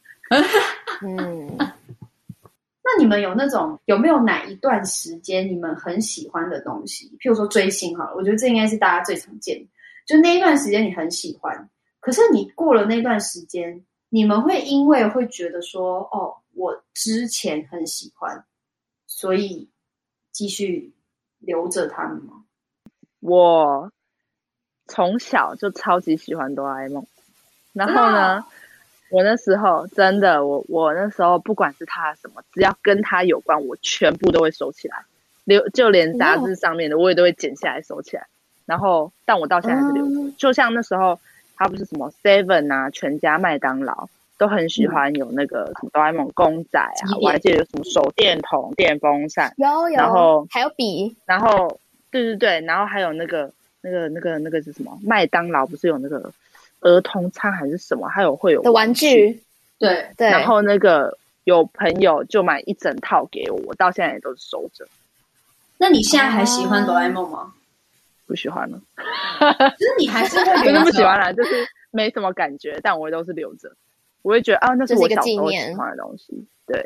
那你们有没有哪一段时间你们很喜欢的东西？譬如说追星好了，我觉得这应该是大家最常见的，就那一段时间你很喜欢，可是你过了那段时间，你们会因为会觉得说，哦，我之前很喜欢，所以继续留着他们吗？ 我从小就超级喜欢哆啦 A 梦，然后呢，我那时候真的，我那时候不管是他什么，只要跟他有关，我全部都会收起来，就连杂志上面的我也都会剪下来收起来。然后，但我到现在还是留着。就像那时候，他不是什么 Seven 啊、全家、麦当劳都很喜欢有那个什么哆啦 A 梦公仔啊，我还记得有什么手电筒、电风扇， 有， 然后还有笔， 然后对，然后还有那个是什么？麦当劳不是有那个儿童餐还是什么？还有会有的玩具， 对。 然后那个有朋友就买一整套给我，我到现在也都是收着。 那你现在还喜欢哆啦 A 梦吗？ 不喜欢了， 就是你还是会不是不喜欢啦，就是没什么感觉，但我都是留着。我会觉得啊，那是我小时候喜欢的东西。对，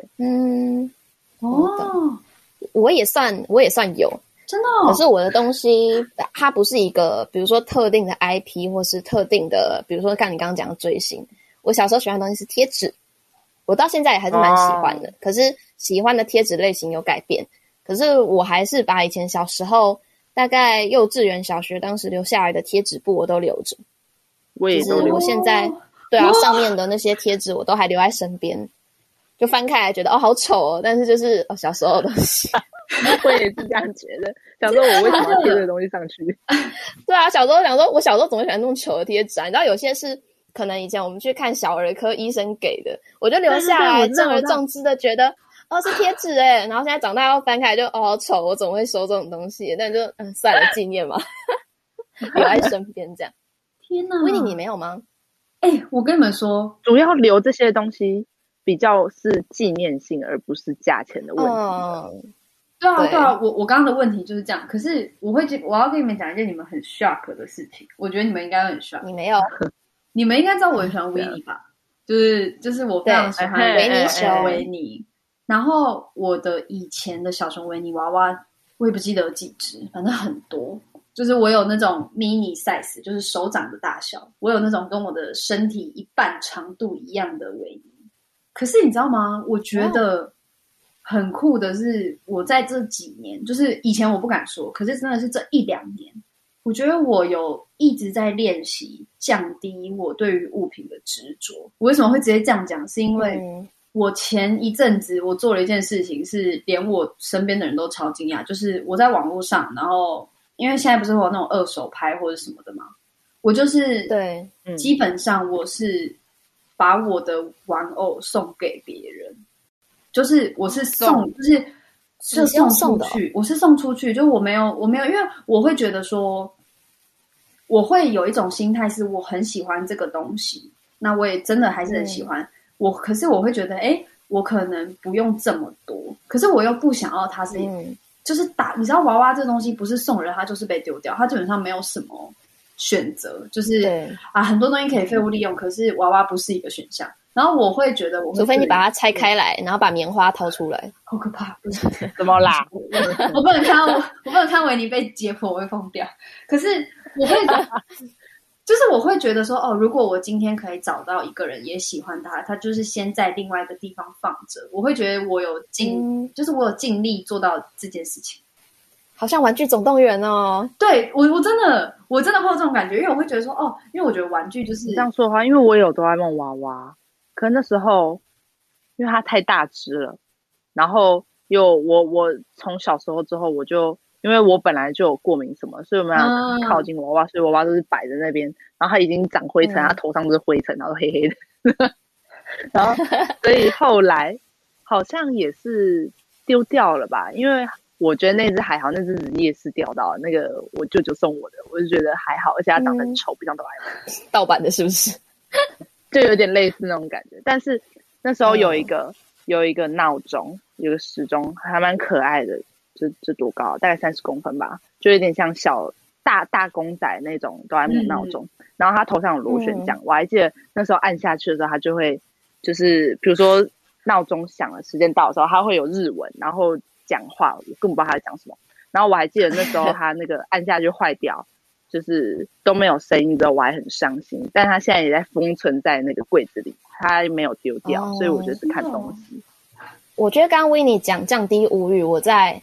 我也算有， 真的哦。 可是我的东西它不是一个，比如说特定的 IP 或是特定的，比如说像你刚刚讲的追星。我小时候喜欢的东西是贴纸，我到现在也还是蛮喜欢的。可是喜欢的贴纸类型有改变，可是我还是把以前小时候大概幼稚园、小学当时留下来的贴纸簿我都留着。 我也都留着。 我现在对啊，上面的那些贴纸我都还留在身边，就翻开来觉得好丑哦，但是就是小时候的东西。 我也是这样觉得，想说我为什么要贴这个东西上去？ 对啊，小时候想说，我小时候怎么喜欢那种糗的贴纸啊？你知道有些是可能以前我们去看小儿科医生给的，我就留下来，正而重之的觉得是贴纸欸，然后现在长大要翻开来就好丑，我怎么会收这种东西？但就算了，纪念嘛，留在身边这样。 天哪， 威尼你没有吗？ 我跟你们说， 主要留这些东西比较是纪念性，而不是价钱的问题。 对啊，我刚刚的问题就是这样。可是我要跟你们讲一件你们很 shock 的事情，我觉得你们应该很 shock。 你没有？ 你们应该知道我很喜欢维尼吧？就是我非常喜欢维尼。然后我的以前的小熊维尼娃娃，我也不记得有几只，反正很多。就是我有那种 mini size， 就是手掌的大小。我有那种跟我的身体一半长度一样的维尼。可是你知道吗？我觉得很酷的是，我在这几年，就是以前我不敢说，可是真的是这1-2年，我觉得我有一直在练习降低我对于物品的执着。我为什么会直接这样讲？是因为我前一阵子我做了一件事情，是连我身边的人都超惊讶，就是我在网络上，然后因为现在不是会有那种二手拍或者什么的嘛，我就是对， 基本上我是把我的玩偶送给别人，就是我是送，就是送出去，我是送出去，就我没有，因为我会觉得说，我会有一种心态是我很喜欢这个东西，那我也真的还是很喜欢可是我会觉得，我可能不用这么多，可是我又不想要它是。就是你知道娃娃这东西不是送人，它就是被丢掉，它基本上没有什么选择，就是很多东西可以废物利用，可是娃娃不是一个选项。然后我会觉得除非你把它拆开来，然后把棉花掏出来， 好可怕！ 怎么啦？ 我不能看维尼被解剖，我会疯掉。可是我会。就是我会觉得说，如果我今天可以找到一个人也喜欢他就是先在另外一个地方放着，我会觉得我有就是我有尽力做到这件事情。 好像玩具总动员哦。 对，我真的会有这种感觉，因为我会觉得说，因为我觉得玩具就是你这样说的话，因为我有哆啦 A 梦娃娃，可那时候因为它太大只了，然后我从小时候之后我就。因为我本来就有过敏什么，所以我们要靠近娃娃，所以娃娃都是摆在那边，然后它已经长灰尘，它头上都是灰尘，然后黑黑的，然后所以后来好像也是丢掉了吧，因为我觉得那只还好，那只是夜市钓到那个我舅舅送我的，我就觉得还好，而且它长得很丑，不像哆啦 A 梦盗版的，是不是？ 就有点类似那种感觉，但是那时候有一个闹钟，有个时钟，还蛮可爱的。这多高？大概30公分吧，就有点像大公仔那种哆啦 A 梦闹钟。然后它头上有螺旋桨，我还记得那时候按下去的时候，它就会就是比如说闹钟响了，时间到的时候，它会有日文，然后讲话，我根本不知道它在讲什么。然后我还记得那时候它那个按下去坏掉，就是都没有声音之后，我还很伤心。但它现在也在封存在那个柜子里，它没有丢掉，所以我觉得是看东西。 我觉得刚刚维尼讲降低物欲，我在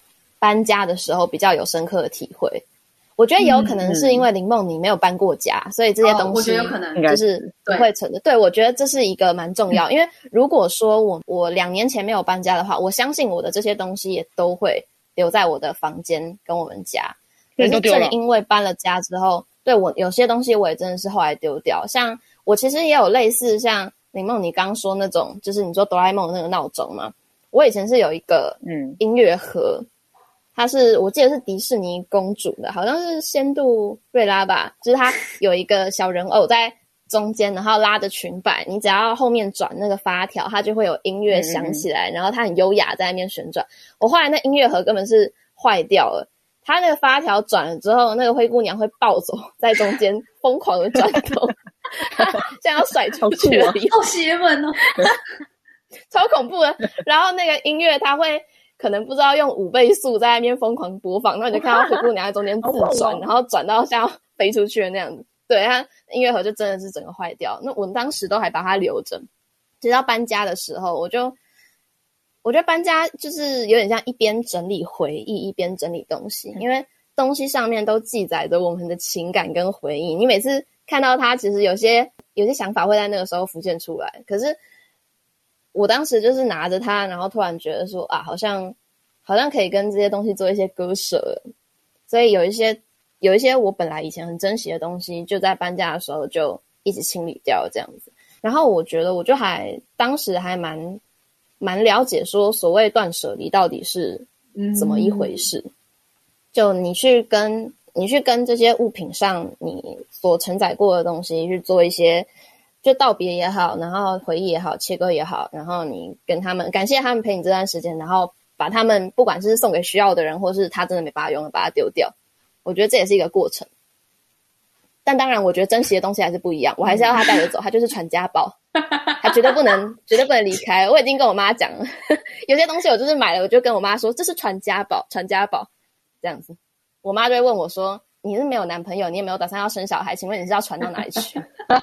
搬家的时候比较有深刻的体会。我觉得有可能是因为林梦你没有搬过家，所以这些东西我觉得有可能就是不会存的。对，我觉得这是一个蛮重要，因为如果说我2年前没有搬家的话，我相信我的这些东西也都会留在我的房间跟我们家。可是正因为搬了家之后，对我有些东西我也真的是后来丢掉。像我其实也有类似像林梦你刚刚说那种，就是你说哆啦 A 梦那个闹钟嘛，我以前是有一个音乐盒。它是我记得是迪士尼公主的，好像是仙杜瑞拉吧，就是它有一个小人偶在中间，然后拉着裙摆，你只要后面转那个发条，它就会有音乐响起来，然后它很优雅在那边旋转。我后来那音乐盒根本是坏掉了，它那个发条转了之后，那个灰姑娘会暴走在中间疯狂的转动像要甩出去了一样， 好邪门哦超恐怖的。然后那个音乐它会可能不知道用5倍速在那边疯狂播放，然后你就看到灰姑娘在中间自转然后转到像要飞出去的那样子。对，它音乐盒就真的是整个坏掉。那我当时都还把它留着，直到搬家的时候，我觉得搬家就是有点像一边整理回忆一边整理东西，因为东西上面都记载着我们的情感跟回忆。你每次看到它，其实有些想法会在那个时候浮现出来。可是我当时就是拿着它，然后突然觉得说啊，好像可以跟这些东西做一些割舍了。所以有一些我本来以前很珍惜的东西，就在搬家的时候就一起清理掉这样子。然后我觉得我就当时还蛮了解说所谓断舍离到底是怎么一回事。就你去跟这些物品上你所承载过的东西去做一些就道别也好，然后回忆也好，切割也好，然后你跟他们感谢他们陪你这段时间，然后把他们不管是送给需要的人，或是他真的没办法用了把它丢掉。我觉得这也是一个过程。但当然我觉得珍惜的东西还是不一样，我还是要他带着走，他就是传家宝，他绝对不能离开。我已经跟我妈讲了有些东西我就是买了，我就跟我妈说这是传家宝这样子。我妈就会问我说你是没有男朋友，你也没有打算要生小孩，请问你是要传到哪里去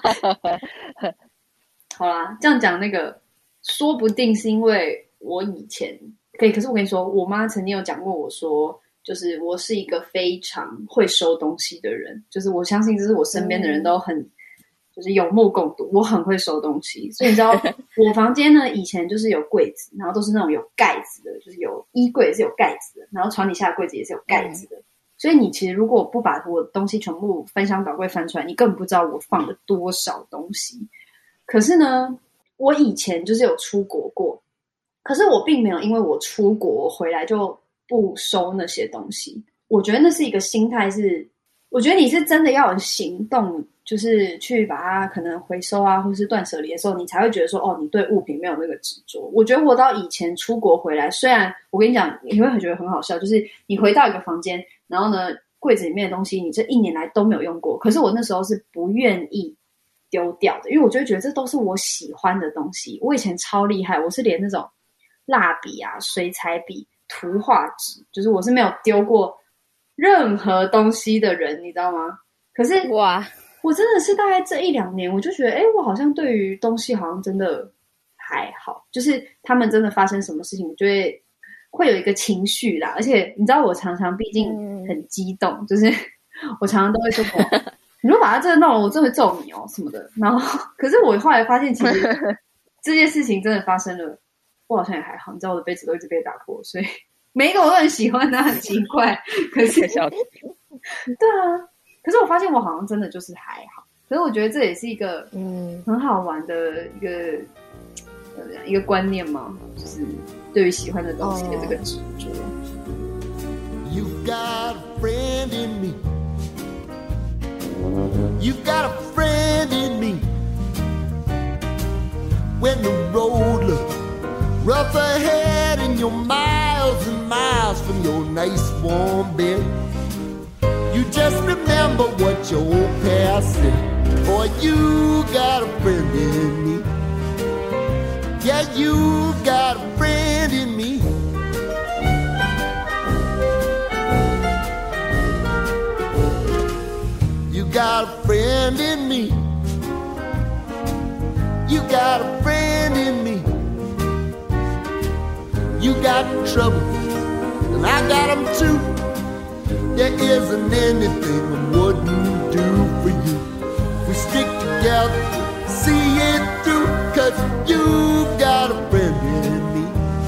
好啦，这样讲那个说不定是因为我以前可是我跟你说，我妈曾经有讲过我说，就是我是一个非常会收东西的人，就是我相信这是我身边的人都很就是有目共睹，我很会收东西。所以你知道我房间呢以前就是有柜子，然后都是那种有盖子的，就是有衣柜是有盖子的，然后床底下的柜子也是有盖子的。所以你其实如果不把我的东西全部翻箱倒柜翻出来，你根本不知道我放了多少东西。可是呢，我以前就是有出国过，可是我并没有因为我出国回来就不收那些东西。我觉得那是一个心态，是我觉得你是真的要有行动，就是去把它可能回收啊，或是断舍离的时候，你才会觉得说哦，你对物品没有那个执着。我觉得我到以前出国回来，虽然我跟你讲你会觉得很好笑，就是你回到一个房间，然后呢柜子里面的东西你这1年来都没有用过，可是我那时候是不愿意丢掉的，因为我就会觉得这都是我喜欢的东西。我以前超厉害，我是连那种蜡笔啊、水彩笔、图画纸，就是我是没有丢过任何东西的人，你知道吗？可是哇， 我真的是大概这1-2年，我就觉得我好像对于东西好像真的还好，就是他们真的发生什么事情，我就会有一个情绪啦。而且你知道我常常毕竟很激动，就是我常常都会说你如果把它真的弄了，我真的会揍你哦什么的。然后可是我后来发现其实这件事情真的发生了，我好像也还好。你知道我的杯子都一直被打破，所以每一个我都很喜欢，那很奇怪。可是对啊，可是我发现我好像真的就是还好。可是我觉得这也是一个很好玩的一个观念嘛，就是对于喜欢的东西的这个执着。 You got a friend in me. You got a friend in me. When the road looks rough ahead and you're miles and miles from your nice warm bed, you just remember what your old past said. Boy, you got a friend in me. Yeah, you got a friend in me. You got a friend in me. You got a friend in me. You got trouble and I got them too. There isn't anything I wouldn't do for you. We stick together, see it through, 'cause you got a friend in me.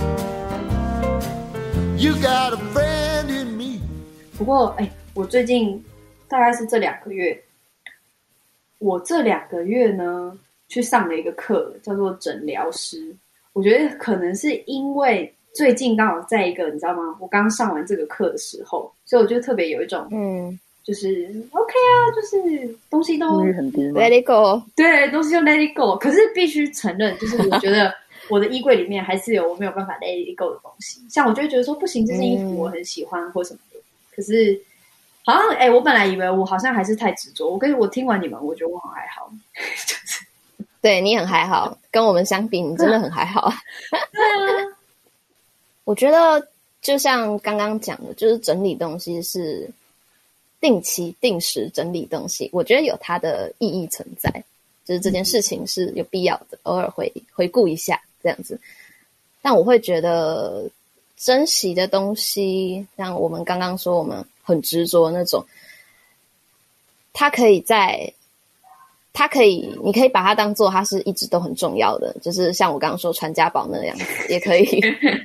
You got a friend in me. 不过，我最近大概是这2个月，我这2个月呢去上了一个课，叫做诊疗师。我觉得可能是因为最近刚好在一个你知道吗？我刚上完这个课的时候，所以我就特别有一种就是 OK 啊，就是东西都很低吗 Let it go， 对，东西就 Let it go。可是必须承认，就是我觉得我的衣柜里面还是有我没有办法 Let it go 的东西。像我就会觉得说不行，这件衣服我很喜欢或什么的。可是好像我本来以为我好像还是太执着。我听完你们，我觉得我很还好，就是对你很还好，跟我们相比，你真的很还好。 对啊。 我觉得就像刚刚讲的，就是整理东西是定期定时整理东西，我觉得有它的意义存在，就是这件事情是有必要的，偶尔回顾一下这样子。但我会觉得珍惜的东西，像我们刚刚说我们很执着那种，你可以把它当做它是一直都很重要的，就是像我刚刚说传家宝那样子，也可以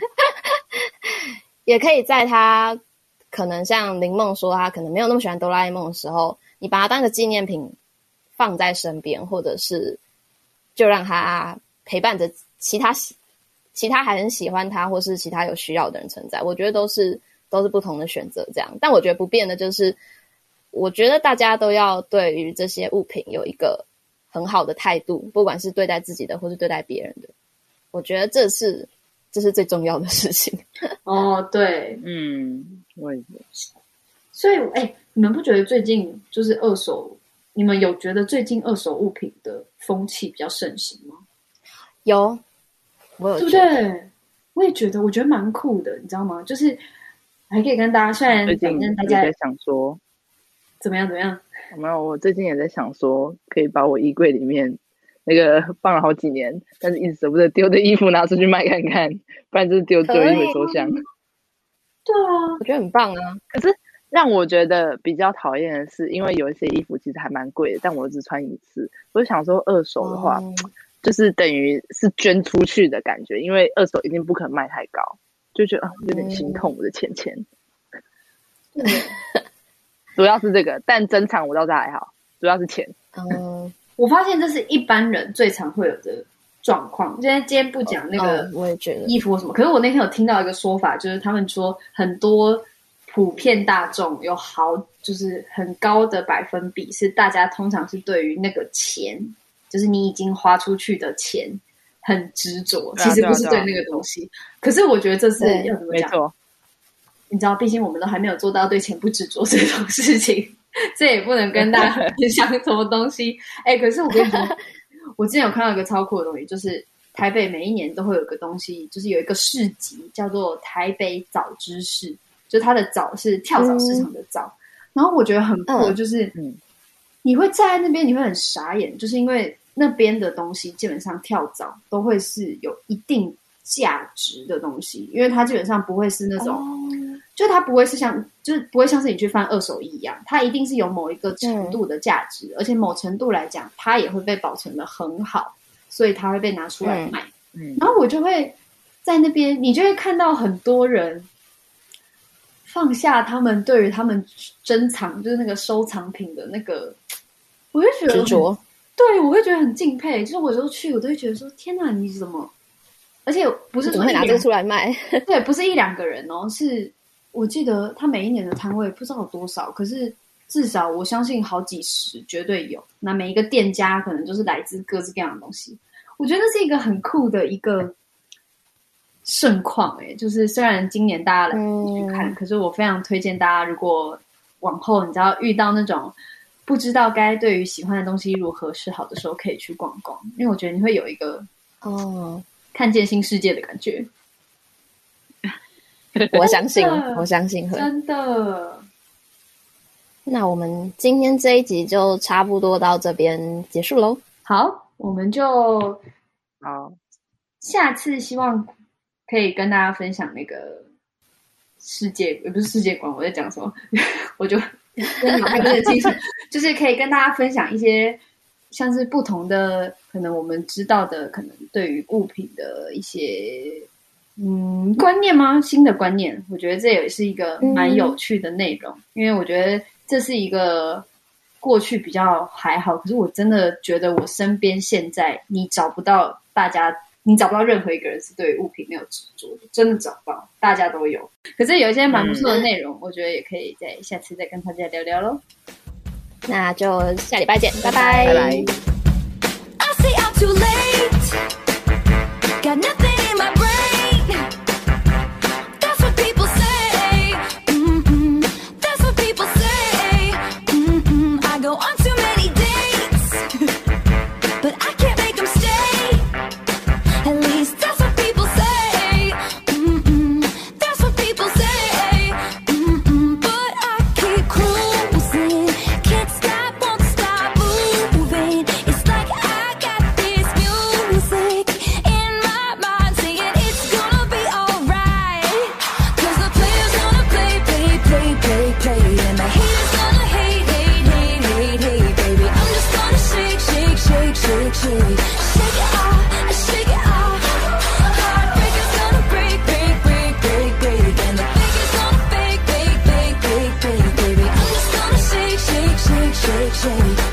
也可以在它可能像林梦说他可能没有那么喜欢哆啦 A 梦的时候，你把它当个纪念品放在身边，或者是就让它陪伴着其他还很喜欢它或是其他有需要的人存在。我觉得都是不同的选择这样。但我觉得不变的就是我觉得大家都要对于这些物品有一个很好的态度，不管是对待自己的或是对待别人的，我觉得这是最重要的事情。 哦，对， 我也觉得。 所以你们不觉得最近就是二手，你们有觉得最近二手物品的风气比较盛行吗？ 有，我有对不对？我也觉得，我觉得蛮酷的，你知道吗？就是还可以跟大家，虽然最近大家在想说怎么样， 没有，我最近也在想说，可以把我衣柜里面那个放了好几年，但是一直舍不得丢的衣服拿出去卖看看，不然就是丢一回收箱。 对啊， 我觉得很棒啊。 可是让我觉得比较讨厌的是，因为有一些衣服其实还蛮贵的，但我只穿一次。我就想说，二手的话，就是等于是捐出去的感觉，因为二手一定不可能卖太高，就觉得有点心痛我的钱。主要是这个，但珍藏我倒是还好，主要是钱。 我发现这是一般人最常会有的状况。今天不讲那个我也觉得衣服或什么，可是我那天有听到一个说法，就是他们说很多普遍大众有就是很高的百分比是大家通常是对于那个钱，就是你已经花出去的钱很执着，其实不是对那个东西。可是我觉得这是要怎么讲？ 没错， 你知道，毕竟我们都还没有做到对钱不执着这种事情，这也不能跟大家分享什么东西。可是我跟你说，我之前有看到一个超酷的东西，就是台北每一年都会有一个东西，就是有一个市集叫做台北早知市，就它的早是跳蚤市场的早。然后我觉得很酷，就是你会站在那边，你会很傻眼，就是因为那边的东西基本上跳蚤都会是有一定价值的东西，因为它基本上不会是那种，就是它不会是就是不会像是你去翻二手衣一样，它一定是有某一个程度的价值，而且某程度来讲，它也会被保存得很好，所以它会被拿出来卖。然后我就会在那边，你就会看到很多人放下他们对于他们珍藏，就是那个收藏品的那个，我会觉得执着。 对，我会觉得很敬佩。就是我有时候去，我都会觉得说：天哪，你怎么？而且不是说怎么会拿这个出来卖？ 对，不是一两个人哦，是我记得他每一年的摊位不知道有多少，可是至少我相信好几十绝对有。那每一个店家可能就是来自各式各样的东西。我觉得这是一个很酷的一个盛况就是虽然今年大家来去看，可是我非常推荐大家，如果往后你知道遇到那种不知道该对于喜欢的东西如何是好的时候，可以去逛逛，因为我觉得你会有一个看见新世界的感觉。 我相信会真的。 那我们今天这一集就差不多到这边结束咯。 好，我们就下次希望可以跟大家分享那个世界，也不是世界观，我在讲什么，我就脑袋不是很清楚，就是可以跟大家分享一些像是不同的，可能我们知道的，可能对于物品的一些观念吗？新的观念，我觉得这也是一个蛮有趣的内容，因为我觉得这是一个过去比较还好，可是我真的觉得我身边现在你找不到任何一个人是对物品没有执着的，真的找不到，大家都有。可是有一些蛮不错的内容，我觉得也可以在下次再跟大家聊聊咯。 那就下礼拜见，拜拜。 拜拜。 I say I'm too late. Got nothing in my brain. That's what people say. That's what people say. I go on too many dates, but I can't make them stay. At least that's what people say. That's what people say. But I keep cruising. Can't stop, won't stop moving. It's like I got this music in my mind saying it's gonna be alright. 'Cause the player's gonna play, play, play, play, play. And the haters gonna hate, hate, hate, hate, hate, baby. I'm just gonna shake, shake, shake, shake, shake. Shake it off, shake it off. Heartbreaker's gonna break, break, break, break, break. And the faker's gonna fake, fake, fake, fake, fake, baby. I'm just gonna shake, shake, shake, shake, shake.